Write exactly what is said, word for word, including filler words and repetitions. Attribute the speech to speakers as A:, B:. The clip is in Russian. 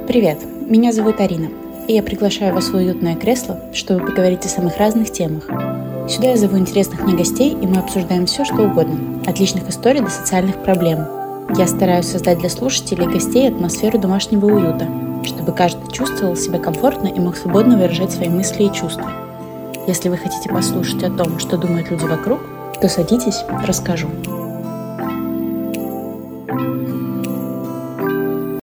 A: Привет, меня зовут Арина, и я приглашаю вас в уютное кресло, чтобы поговорить о самых разных темах. Сюда я зову интересных мне гостей, и мы обсуждаем все, что угодно, от личных историй до социальных проблем. Я стараюсь создать для слушателей и гостей атмосферу домашнего уюта, чтобы каждый чувствовал себя комфортно и мог свободно выражать свои мысли и чувства. Если вы хотите послушать о том, что думают люди вокруг, то садитесь, расскажу.